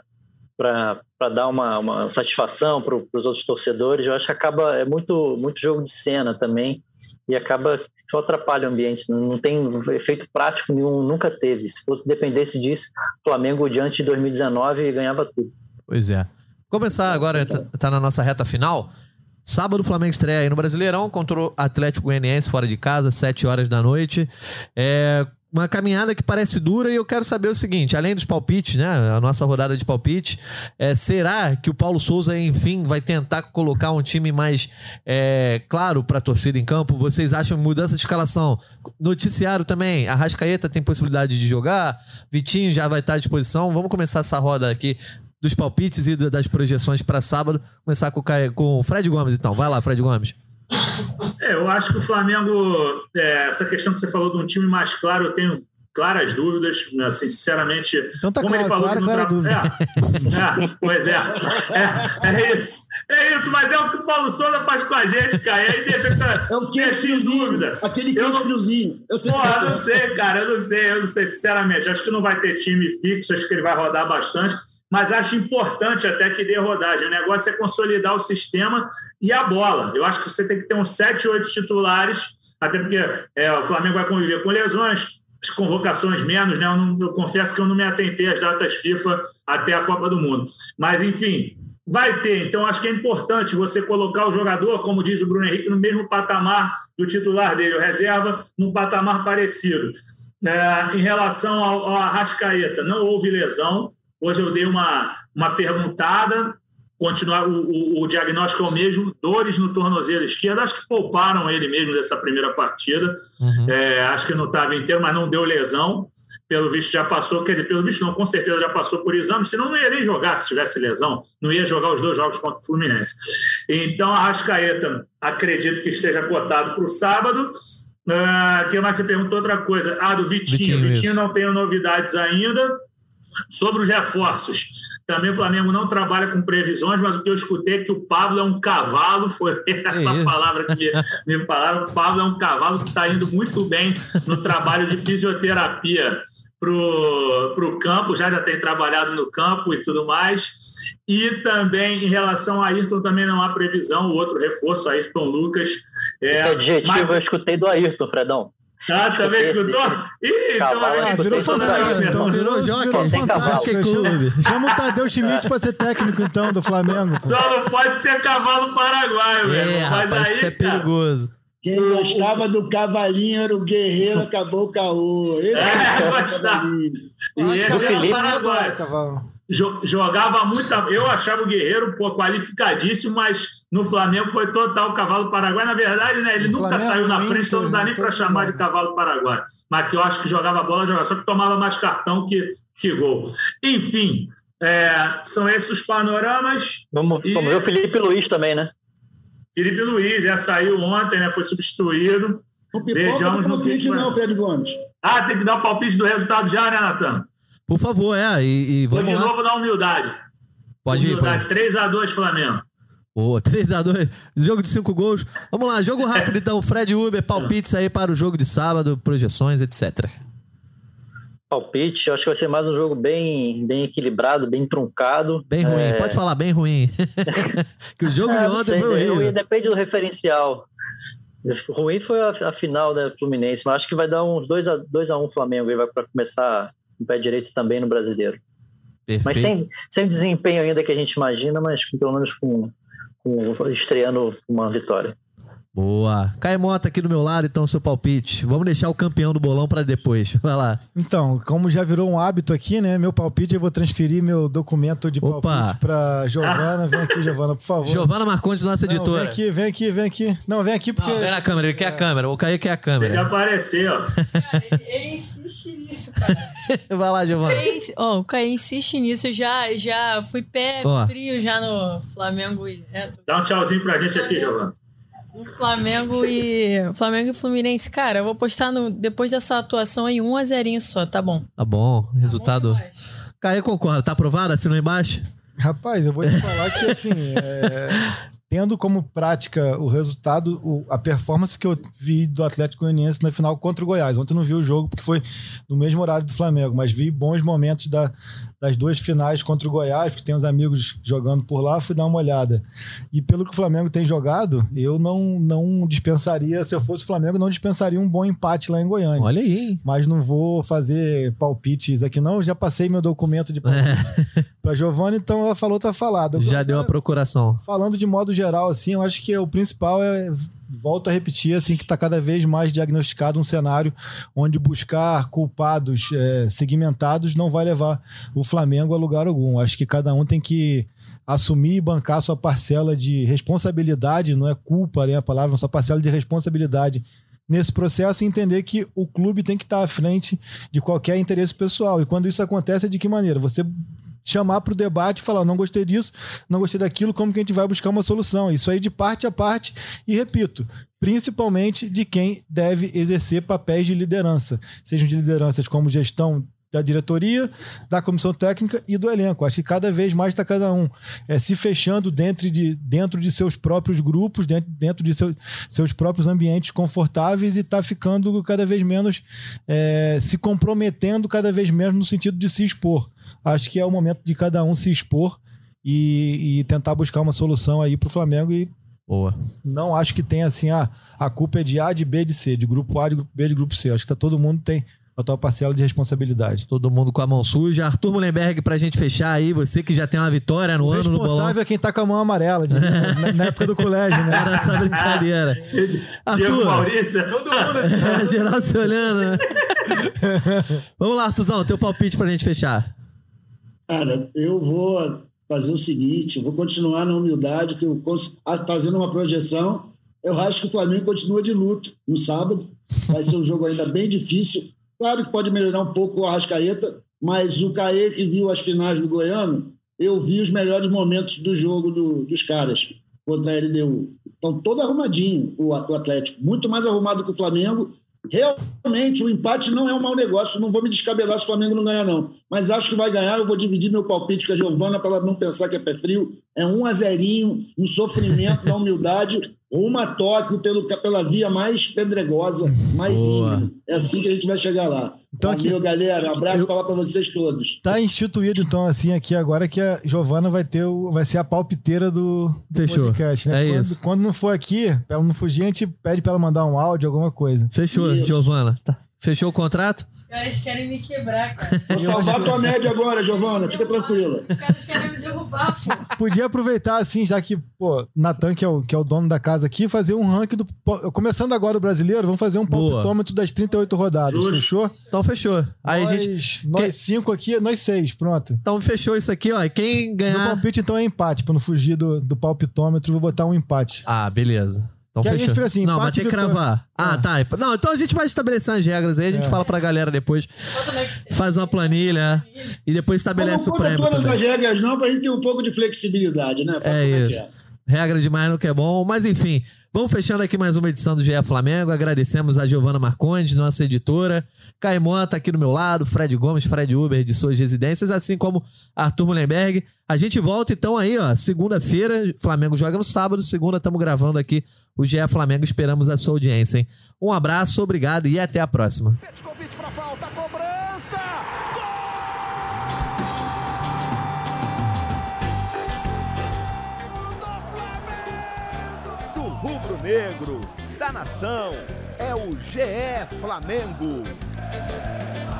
dar uma satisfação para os outros torcedores. Eu acho que é muito jogo de cena também e acaba só atrapalha o ambiente, não tem efeito prático nenhum, nunca teve. Se fosse dependesse disso, o Flamengo diante de 2019 ganhava tudo. Pois é. Começar agora, tá na nossa reta final. Sábado o Flamengo estreia aí no Brasileirão contra o Atlético Goianiense fora de casa, 7h da noite. Uma caminhada que parece dura e eu quero saber o seguinte, além dos palpites, né, a nossa rodada de palpite, será que o Paulo Souza, enfim, vai tentar colocar um time mais claro para a torcida em campo? Vocês acham mudança de escalação? Noticiário também, Arrascaeta tem possibilidade de jogar, Vitinho já vai estar à disposição. Vamos começar essa roda aqui dos palpites e das projeções para sábado. Começar com o Fred Gomes, então. Vai lá, Fred Gomes. Eu acho que o Flamengo, essa questão que você falou de um time mais claro, eu tenho claras dúvidas, assim, sinceramente. Então tá como claro, ele falou dúvida. Pois é. É isso, mas é o que o Paulo Souza faz com a gente, cara. E aí deixa em dúvida. Aquele quente friozinho. Eu não sei, cara, eu não sei, sinceramente. Acho que não vai ter time fixo, acho que ele vai rodar bastante. Mas acho importante até que dê rodagem. O negócio é consolidar o sistema e a bola. Eu acho que você tem que ter uns 7, 8 titulares, até porque o Flamengo vai conviver com lesões, as convocações menos, né? Eu confesso que eu não me atentei às datas FIFA até a Copa do Mundo. Mas, enfim, vai ter. Então, acho que é importante você colocar o jogador, como diz o Bruno Henrique, no mesmo patamar do titular dele, o reserva, num patamar parecido. Em relação ao Arrascaeta, não houve lesão. Hoje eu dei uma perguntada, continuar o diagnóstico é o mesmo, dores no tornozelo esquerdo, acho que pouparam ele mesmo dessa primeira partida, acho que não estava inteiro, mas não deu lesão, pelo visto já passou, quer dizer, pelo visto não, com certeza já passou por exame, senão não ia nem jogar se tivesse lesão, não ia jogar os 2 jogos contra o Fluminense. Então a Arrascaeta, acredito que esteja cotado para o sábado. Que mais você perguntou outra coisa? Do Vitinho não tenho novidades ainda. Sobre os reforços, também o Flamengo não trabalha com previsões, mas o que eu escutei é que o Pablo é um cavalo, foi essa palavra que me falaram. O Pablo é um cavalo que está indo muito bem no trabalho de fisioterapia para o campo, já tem trabalhado no campo e tudo mais. E também em relação a Ayrton, também não há previsão, o outro reforço, Ayrton Lucas. Esse adjetivo eu escutei do Ayrton, Fredão. Também escutou? Virou Jockey Clube. Chama o Tadeu Schmidt pra ser técnico, então, do Flamengo. Só não pode ser cavalo paraguaio, velho. Mas aí, isso é perigoso. Quem gostava do cavalinho era o Guerreiro, acabou o caô. Esse gostava. E esse era o paraguaio. Jogava muito. Eu achava o Guerreiro qualificadíssimo, mas no Flamengo foi total cavalo paraguaio. Na verdade, né, ele nunca saiu na frente, então não dá nem para chamar de cavalo paraguaio. Mas que eu acho que jogava bola, só que tomava mais cartão que gol. Enfim, são esses os panoramas. Vamos ver o Felipe Luiz também, né? Felipe Luiz saiu ontem, né? Foi substituído. O pipoca do palpite não, Fred Gomes. Tem que dar o palpite do resultado já, né, Natan? Por favor, e vamos Vou de lá. novo na humildade. Pode ir. 3-2 Flamengo. 3-2, jogo de 5 gols. Vamos lá, jogo rápido então. Fred Uber, palpites aí para o jogo de sábado, projeções, etc. Palpite, eu acho que vai ser mais um jogo bem equilibrado, bem truncado. Bem ruim, pode falar bem ruim. Que o jogo de ontem foi horrível. Depende do referencial. Ruim foi a final da Fluminense, mas acho que vai dar uns 2-1 Flamengo e vai para começar no pé direito também no Brasileiro. Perfeito. Mas sem desempenho ainda que a gente imagina, mas pelo menos com estreando uma vitória. Boa. Caio Mota aqui do meu lado, então, seu palpite. Vamos deixar o campeão do bolão para depois. Vai lá. Então, como já virou um hábito aqui, né? Meu palpite, eu vou transferir meu documento de palpite para Giovana. Vem aqui, Giovana, por favor. Giovana Marcondes, nossa editora. Vem aqui. Não, vem aqui porque... Não, vem na câmera, ele quer a câmera. O Caio quer a câmera. Ele apareceu, ó. Ele insiste insiste nisso, cara. Vai lá, Giovana. O Caio insiste nisso. Eu já fui pé frio já no Flamengo e... Dá um tchauzinho pra gente aqui, Giovana. Flamengo e Fluminense. Cara, eu vou postar depois dessa atuação aí 1-0 só, tá bom. Tá bom, resultado... Caio concorda, tá aprovado? Assinou embaixo? Rapaz, eu vou te falar que assim... Tendo como prática o resultado, a performance que eu vi do Atlético Goianiense na final contra o Goiás. Ontem eu não vi o jogo porque foi no mesmo horário do Flamengo, mas vi bons momentos das duas finais contra o Goiás, porque tem uns amigos jogando por lá, fui dar uma olhada. E pelo que o Flamengo tem jogado, eu não dispensaria, se eu fosse o Flamengo, não dispensaria um bom empate lá em Goiânia. Olha aí. Mas não vou fazer palpites aqui não, já passei meu documento de palpite pra Giovana, então ela falou, tá falado. Já deu a procuração. Falando de modo geral, assim, eu acho que o principal volto a repetir, assim, que está cada vez mais diagnosticado um cenário onde buscar culpados segmentados não vai levar o Flamengo a lugar algum. Acho que cada um tem que assumir e bancar sua parcela de responsabilidade, não é culpa, né, a palavra, sua parcela de responsabilidade nesse processo e entender que o clube tem que estar à frente de qualquer interesse pessoal. E quando isso acontece, é de que maneira? Você chamar para o debate e falar, não gostei disso, não gostei daquilo, como que a gente vai buscar uma solução? Isso aí de parte a parte e, repito, principalmente de quem deve exercer papéis de liderança, sejam de lideranças como gestão da diretoria, da comissão técnica e do elenco. Acho que cada vez mais está cada um se fechando dentro de seus próprios grupos, dentro de seus próprios ambientes confortáveis e está ficando cada vez menos, se comprometendo cada vez menos no sentido de se expor. Acho que é o momento de cada um se expor e tentar buscar uma solução aí para o Flamengo e boa. Não acho que tenha assim, a culpa é de A, de B, de C, de grupo A, de grupo B, de grupo C. Acho que todo mundo tem a tua parcela de responsabilidade. Todo mundo com a mão suja. Arthur Mullenberg, pra gente fechar aí, você que já tem uma vitória no ano no bolão. O responsável é quem tá com a mão amarela, na época do colégio, né? Era essa brincadeira. Arthur, Maurício, todo mundo assim. Geral se olhando, né? Vamos lá, Arthurzão, teu palpite pra gente fechar. Cara, eu vou fazer o seguinte, vou continuar na humildade, que eu fazendo uma projeção, eu acho que o Flamengo continua de luto no sábado, vai ser um jogo ainda bem difícil, claro que pode melhorar um pouco o Arrascaeta, mas o Caê que viu as finais do Goiano, eu vi os melhores momentos do jogo dos caras contra a LDU. Então, todo arrumadinho o Atlético, muito mais arrumado que o Flamengo. Realmente, o empate não é um mau negócio, não vou me descabelar se o Flamengo não ganhar, não. Mas acho que vai ganhar, eu vou dividir meu palpite com a Giovana para ela não pensar que é pé frio. É 1-0, um sofrimento, na humildade, rumo a Tóquio pela via mais pedregosa, mais íngreme. É assim que a gente vai chegar lá. Então, valeu, galera. Um abraço e falar para vocês todos. Tá instituído, então, assim, aqui agora que a Giovana vai ser a palpiteira do podcast, né? Isso. Quando não for aqui, pra ela não fugir, a gente pede pra ela mandar um áudio, alguma coisa. Fechou, isso. Giovana. Tá. Fechou o contrato? Os caras querem me quebrar, cara. Vou salvar tua média agora, Giovana. Fica tranquila. Os caras querem me derrubar, pô. Podia aproveitar, assim, já que, Natan, que é o dono da casa aqui, fazer um ranking do... Começando agora o brasileiro, vamos fazer um palpitômetro das 38 rodadas. Justo. Fechou? Então fechou. Aí nós 5 aqui, nós 6, pronto. Então fechou isso aqui, ó. E quem ganhar... Meu palpite, então, é empate. Pra não fugir do palpitômetro, vou botar um empate. Ah, beleza. Então que fechou. A gente fica assim, não, mas tem que cravar. Tá. Não, então a gente vai estabelecer as regras aí, a gente fala pra galera depois. Faz uma planilha e depois estabelece o prêmio. Não todas as regras não, pra gente ter um pouco de flexibilidade, né? Sabe isso. Regra demais não que é bom, mas enfim. Vamos fechando aqui mais uma edição do GE Flamengo. Agradecemos a Giovana Marcondes, nossa editora. Caio Mota aqui do meu lado, Fred Gomes, Fred Uber de suas residências, assim como Arthur Mullenberg. A gente volta então aí, ó, segunda-feira, Flamengo joga no sábado, segunda estamos gravando aqui o GE Flamengo, esperamos a sua audiência, hein? Um abraço, obrigado e até a próxima. Convite pra falta, cobrança! Gol! Do rubro-negro, da nação, é o GE Flamengo.